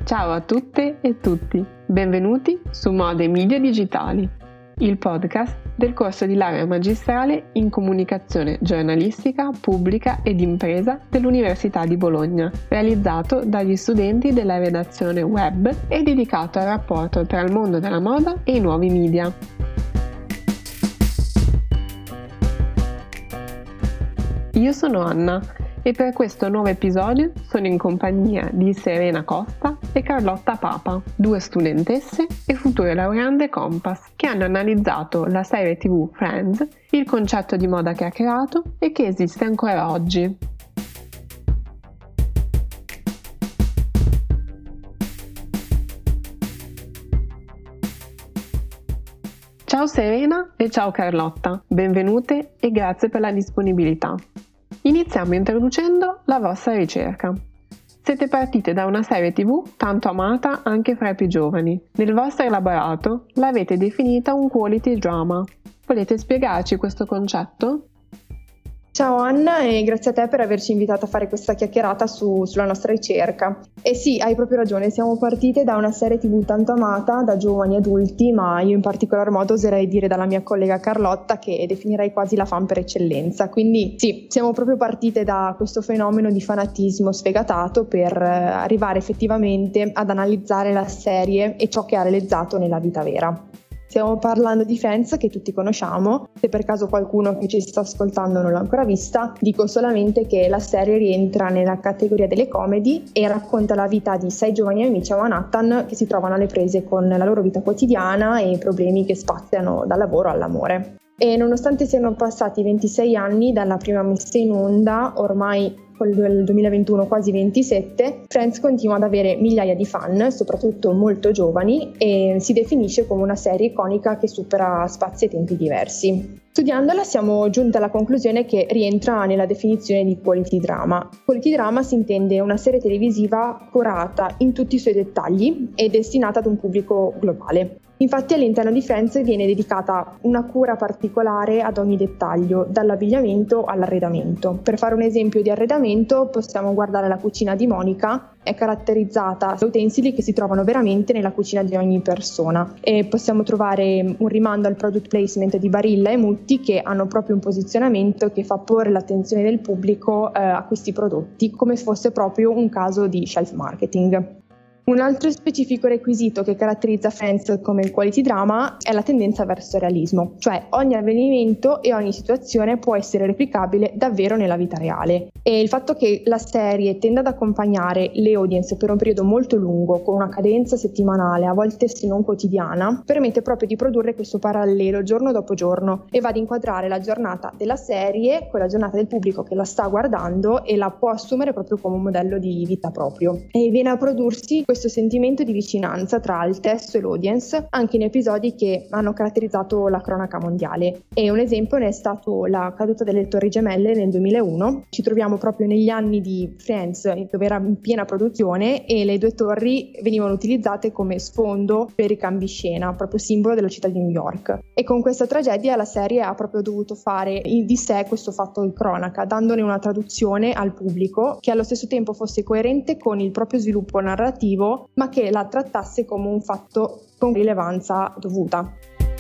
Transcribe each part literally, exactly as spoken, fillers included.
Ciao a tutte e tutti, benvenuti su Mode e Media Digitali, il podcast del corso di laurea magistrale in comunicazione giornalistica, pubblica ed impresa dell'Università di Bologna, realizzato dagli studenti della redazione web e dedicato al rapporto tra il mondo della moda e i nuovi media. Io sono Anna e per questo nuovo episodio sono in compagnia di Serena Costa e Carlotta Papa, due studentesse e future laureande Compass, che hanno analizzato la serie tivù Friends, il concetto di moda che ha creato e che esiste ancora oggi. Ciao Serena e ciao Carlotta, benvenute e grazie per la disponibilità. Iniziamo introducendo la vostra ricerca. Siete partite da una serie tivù tanto amata anche fra i più giovani. Nel vostro elaborato l'avete definita un quality drama. Volete spiegarci questo concetto? Ciao Anna e grazie a te per averci invitato a fare questa chiacchierata su, sulla nostra ricerca. E sì, hai proprio ragione, siamo partite da una serie tivù tanto amata da giovani adulti, ma io in particolar modo oserei dire dalla mia collega Carlotta che definirei quasi la fan per eccellenza. Quindi sì, siamo proprio partite da questo fenomeno di fanatismo sfegatato per arrivare effettivamente ad analizzare la serie e ciò che ha realizzato nella vita vera. Stiamo parlando di Friends, che tutti conosciamo. Se per caso qualcuno che ci sta ascoltando non l'ha ancora vista, dico solamente che la serie rientra nella categoria delle comedy e racconta la vita di sei giovani amici a Manhattan che si trovano alle prese con la loro vita quotidiana e i problemi che spaziano dal lavoro all'amore. E nonostante siano passati ventisei anni dalla prima messa in onda, ormai col duemilaventuno quasi ventisette, Friends continua ad avere migliaia di fan, soprattutto molto giovani, e si definisce come una serie iconica che supera spazi e tempi diversi. Studiandola siamo giunti alla conclusione che rientra nella definizione di quality drama. Quality drama si intende una serie televisiva curata in tutti i suoi dettagli e destinata ad un pubblico globale. Infatti all'interno di Friends viene dedicata una cura particolare ad ogni dettaglio, dall'abbigliamento all'arredamento. Per fare un esempio di arredamento possiamo guardare la cucina di Monica, è caratterizzata da utensili che si trovano veramente nella cucina di ogni persona, e possiamo trovare un rimando al product placement di Barilla e Mutti, che hanno proprio un posizionamento che fa porre l'attenzione del pubblico eh, a questi prodotti come se fosse proprio un caso di shelf marketing. Un altro specifico requisito che caratterizza Friends come il quality drama è la tendenza verso il realismo, cioè ogni avvenimento e ogni situazione può essere replicabile davvero nella vita reale. E il fatto che la serie tenda ad accompagnare le audience per un periodo molto lungo, con una cadenza settimanale, a volte se non quotidiana, permette proprio di produrre questo parallelo giorno dopo giorno e va ad inquadrare la giornata della serie con la giornata del pubblico che la sta guardando e la può assumere proprio come un modello di vita proprio. E viene a prodursi questo sentimento di vicinanza tra il testo e l'audience anche in episodi che hanno caratterizzato la cronaca mondiale, e un esempio ne è stato la caduta delle Torri Gemelle nel duemilauno. Ci troviamo proprio negli anni di Friends, dove era in piena produzione e le due torri venivano utilizzate come sfondo per i cambiescena, proprio simbolo della città di New York. E con questa tragedia la serie ha proprio dovuto fare di sé questo fatto di cronaca, dandone una traduzione al pubblico che allo stesso tempo fosse coerente con il proprio sviluppo narrativo, ma che la trattasse come un fatto con rilevanza dovuta.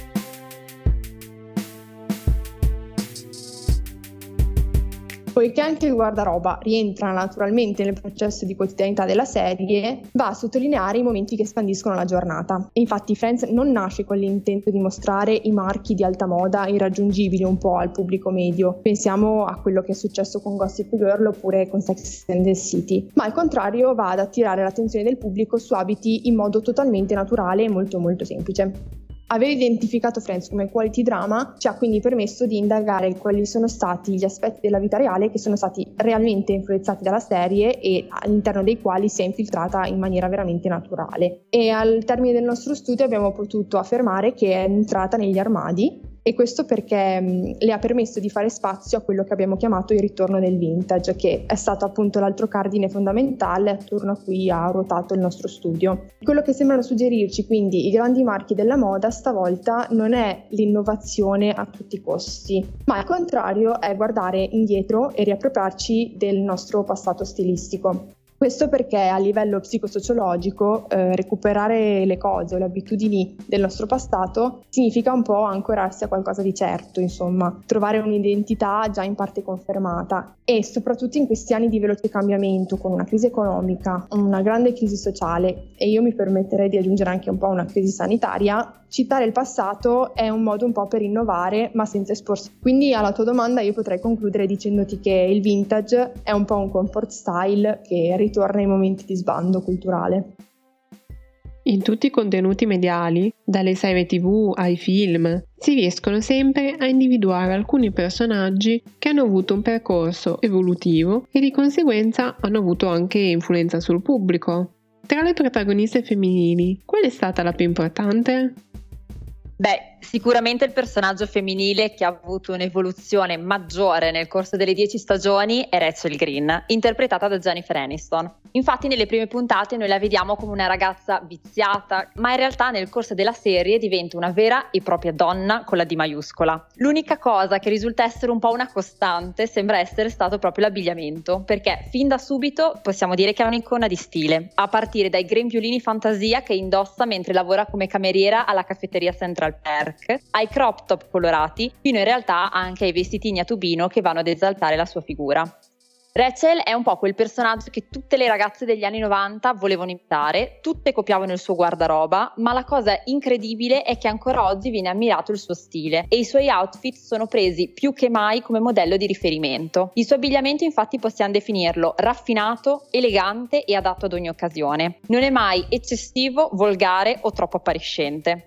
Poiché anche il guardaroba rientra naturalmente nel processo di quotidianità della serie, va a sottolineare i momenti che spandiscono la giornata. E infatti Friends non nasce con l'intento di mostrare i marchi di alta moda irraggiungibili un po' al pubblico medio. Pensiamo a quello che è successo con Gossip Girl oppure con Sex and the City, ma al contrario va ad attirare l'attenzione del pubblico su abiti in modo totalmente naturale e molto molto semplice. Aver identificato Friends come quality drama ci ha quindi permesso di indagare quali sono stati gli aspetti della vita reale che sono stati realmente influenzati dalla serie e all'interno dei quali si è infiltrata in maniera veramente naturale. E al termine del nostro studio abbiamo potuto affermare che è entrata negli armadi, e questo perché mh, le ha permesso di fare spazio a quello che abbiamo chiamato il ritorno del vintage, che è stato appunto l'altro cardine fondamentale attorno a cui ha ruotato il nostro studio. Quello che sembrano suggerirci quindi i grandi marchi della moda stavolta non è l'innovazione a tutti i costi, ma al contrario è guardare indietro e riappropriarci del nostro passato stilistico. Questo perché a livello psicosociologico eh, recuperare le cose o le abitudini del nostro passato significa un po' ancorarsi a qualcosa di certo, insomma, trovare un'identità già in parte confermata e soprattutto in questi anni di veloce cambiamento con una crisi economica, una grande crisi sociale e io mi permetterei di aggiungere anche un po' una crisi sanitaria. Citare il passato è un modo un po' per innovare ma senza esporsi. Quindi alla tua domanda io potrei concludere dicendoti che il vintage è un po' un comfort style che ritorna in momenti di sbando culturale. In tutti i contenuti mediali, dalle serie tivù ai film, si riescono sempre a individuare alcuni personaggi che hanno avuto un percorso evolutivo e di conseguenza hanno avuto anche influenza sul pubblico. Tra le protagoniste femminili, qual è stata la più importante? Beh, sicuramente il personaggio femminile che ha avuto un'evoluzione maggiore nel corso delle dieci stagioni è Rachel Green, interpretata da Jennifer Aniston. Infatti nelle prime puntate noi la vediamo come una ragazza viziata, ma in realtà nel corso della serie diventa una vera e propria donna con la D maiuscola. L'unica cosa che risulta essere un po' una costante sembra essere stato proprio l'abbigliamento, perché fin da subito possiamo dire che è un'icona di stile, a partire dai grembiulini fantasia che indossa mentre lavora come cameriera alla caffetteria Central Perk, ai crop top colorati, fino in realtà anche ai vestitini a tubino che vanno ad esaltare la sua figura. Rachel è un po' quel personaggio che tutte le ragazze degli anni novanta volevano imitare, tutte copiavano il suo guardaroba, ma la cosa incredibile è che ancora oggi viene ammirato il suo stile e i suoi outfit sono presi più che mai come modello di riferimento. Il suo abbigliamento infatti possiamo definirlo raffinato, elegante e adatto ad ogni occasione. Non è mai eccessivo, volgare o troppo appariscente.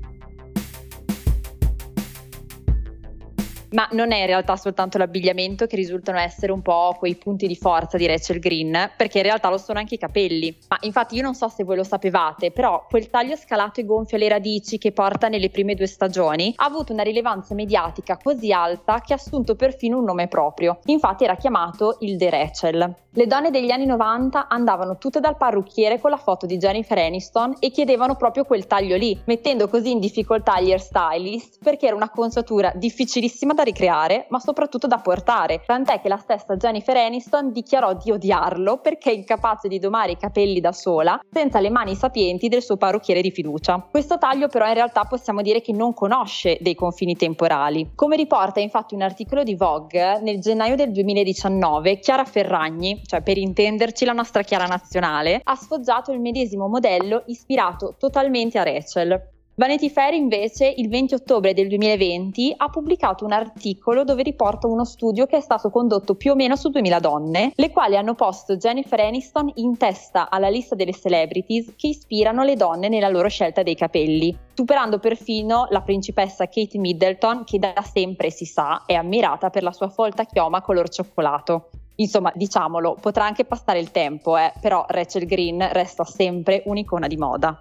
Ma non è in realtà soltanto l'abbigliamento che risultano essere un po' quei punti di forza di Rachel Green, perché in realtà lo sono anche i capelli. Ma infatti io non so se voi lo sapevate, però quel taglio scalato e gonfio alle radici che porta nelle prime due stagioni ha avuto una rilevanza mediatica così alta che ha assunto perfino un nome proprio. Infatti era chiamato il The Rachel. Le donne degli anni novanta andavano tutte dal parrucchiere con la foto di Jennifer Aniston e chiedevano proprio quel taglio lì, mettendo così in difficoltà gli hairstylist perché era una conciatura difficilissima da ricreare, ma soprattutto da portare, tant'è che la stessa Jennifer Aniston dichiarò di odiarlo perché è incapace di domare i capelli da sola senza le mani sapienti del suo parrucchiere di fiducia. Questo taglio però in realtà possiamo dire che non conosce dei confini temporali. Come riporta infatti un articolo di Vogue, nel gennaio del duemiladiciannove Chiara Ferragni, cioè per intenderci la nostra Chiara nazionale, ha sfoggiato il medesimo modello ispirato totalmente a Rachel. Vanity Fair invece il venti ottobre del duemilaventi ha pubblicato un articolo dove riporta uno studio che è stato condotto più o meno su duemila donne, le quali hanno posto Jennifer Aniston in testa alla lista delle celebrities che ispirano le donne nella loro scelta dei capelli, superando perfino la principessa Kate Middleton che da sempre si sa è ammirata per la sua folta chioma color cioccolato. Insomma, diciamolo, potrà anche passare il tempo, eh, però Rachel Green resta sempre un'icona di moda.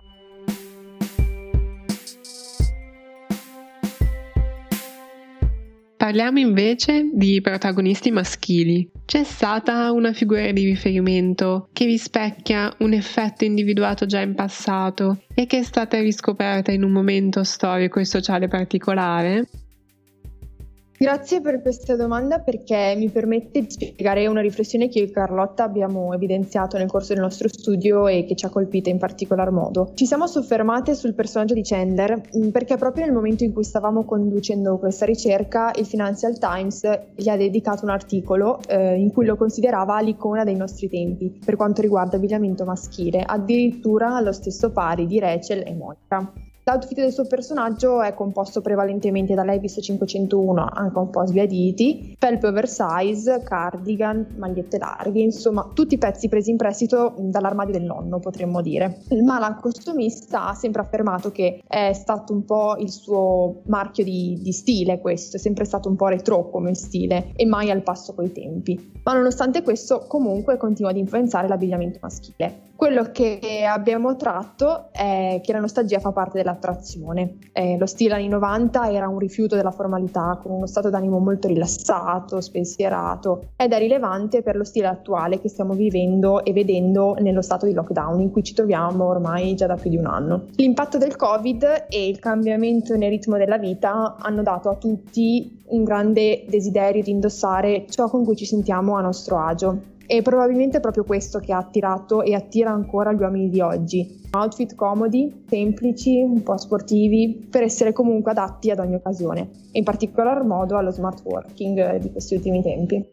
Parliamo invece di protagonisti maschili. C'è stata una figura di riferimento che rispecchia un effetto individuato già in passato e che è stata riscoperta in un momento storico e sociale particolare? Grazie per questa domanda perché mi permette di spiegare una riflessione che io e Carlotta abbiamo evidenziato nel corso del nostro studio e che ci ha colpita in particolar modo. Ci siamo soffermate sul personaggio di Chandler perché proprio nel momento in cui stavamo conducendo questa ricerca il Financial Times gli ha dedicato un articolo eh, in cui lo considerava l'icona dei nostri tempi per quanto riguarda abbigliamento maschile, addirittura allo stesso pari di Rachel e Monica. L'outfit del suo personaggio è composto prevalentemente da Levi's cinquecentouno, anche un po' sbiaditi, felpe oversize, cardigan, magliette larghe, insomma tutti pezzi presi in prestito dall'armadio del nonno, potremmo dire. Ma la costumista ha sempre affermato che è stato un po' il suo marchio di, di stile questo, è sempre stato un po' retro come stile e mai al passo coi tempi. Ma nonostante questo comunque continua ad influenzare l'abbigliamento maschile. Quello che abbiamo tratto è che la nostalgia fa parte dell'attrazione. Eh, lo stile anni novanta era un rifiuto della formalità, con uno stato d'animo molto rilassato, spensierato, ed è rilevante per lo stile attuale che stiamo vivendo e vedendo nello stato di lockdown in cui ci troviamo ormai già da più di un anno. L'impatto del Covid e il cambiamento nel ritmo della vita hanno dato a tutti un grande desiderio di indossare ciò con cui ci sentiamo a nostro agio. E probabilmente è proprio questo che ha attirato e attira ancora gli uomini di oggi. Outfit comodi, semplici, un po' sportivi, per essere comunque adatti ad ogni occasione, e in particolar modo allo smart working di questi ultimi tempi.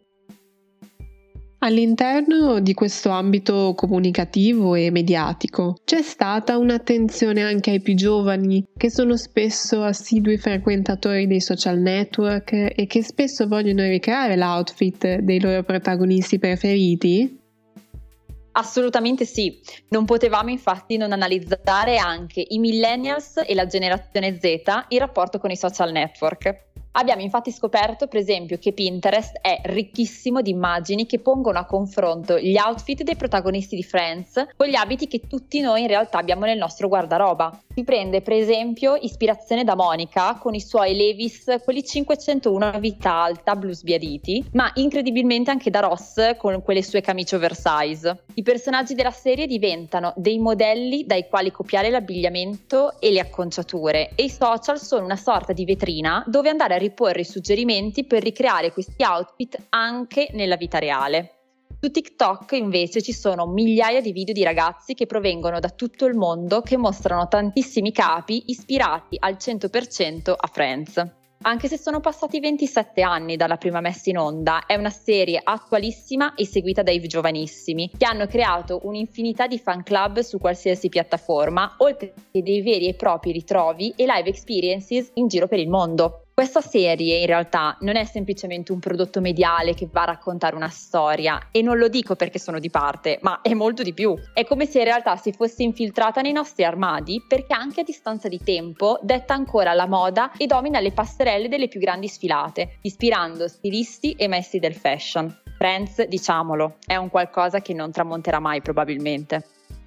All'interno di questo ambito comunicativo e mediatico c'è stata un'attenzione anche ai più giovani, che sono spesso assidui frequentatori dei social network e che spesso vogliono ricreare l'outfit dei loro protagonisti preferiti? Assolutamente sì, non potevamo infatti non analizzare anche i millennials e la generazione Z in rapporto con i social network. Abbiamo infatti scoperto, per esempio, che Pinterest è ricchissimo di immagini che pongono a confronto gli outfit dei protagonisti di Friends con gli abiti che tutti noi in realtà abbiamo nel nostro guardaroba. Si prende, per esempio, ispirazione da Monica con i suoi Levi's, quelli cinquecentouno a vita alta, blu sbiaditi, ma incredibilmente anche da Ross con quelle sue camicie oversize. I personaggi della serie diventano dei modelli dai quali copiare l'abbigliamento e le acconciature, e i social sono una sorta di vetrina dove andare a riporre i suggerimenti per ricreare questi outfit anche nella vita reale. Su TikTok invece ci sono migliaia di video di ragazzi che provengono da tutto il mondo che mostrano tantissimi capi ispirati al cento per cento a Friends. Anche se sono passati ventisette anni dalla prima messa in onda, è una serie attualissima e seguita dai giovanissimi, che hanno creato un'infinità di fan club su qualsiasi piattaforma, oltre che dei veri e propri ritrovi e live experiences in giro per il mondo. Questa serie in realtà non è semplicemente un prodotto mediale che va a raccontare una storia, e non lo dico perché sono di parte, ma è molto di più. È come se in realtà si fosse infiltrata nei nostri armadi, perché anche a distanza di tempo detta ancora la moda e domina le passerelle delle più grandi sfilate, ispirando stilisti e maestri del fashion. Friends, diciamolo, è un qualcosa che non tramonterà mai probabilmente.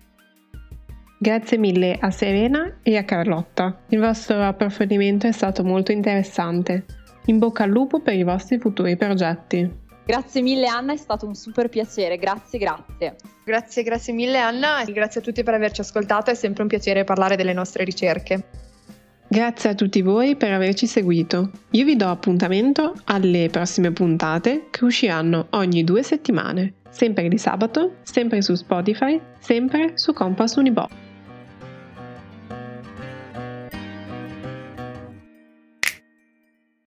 Grazie mille a Serena e a Carlotta. Il vostro approfondimento è stato molto interessante. In bocca al lupo per i vostri futuri progetti. Grazie mille Anna, è stato un super piacere, grazie grazie. Grazie, grazie mille Anna, e grazie a tutti per averci ascoltato, è sempre un piacere parlare delle nostre ricerche. Grazie a tutti voi per averci seguito. Io vi do appuntamento alle prossime puntate che usciranno ogni due settimane, sempre di sabato, sempre su Spotify, sempre su Compass Unibo.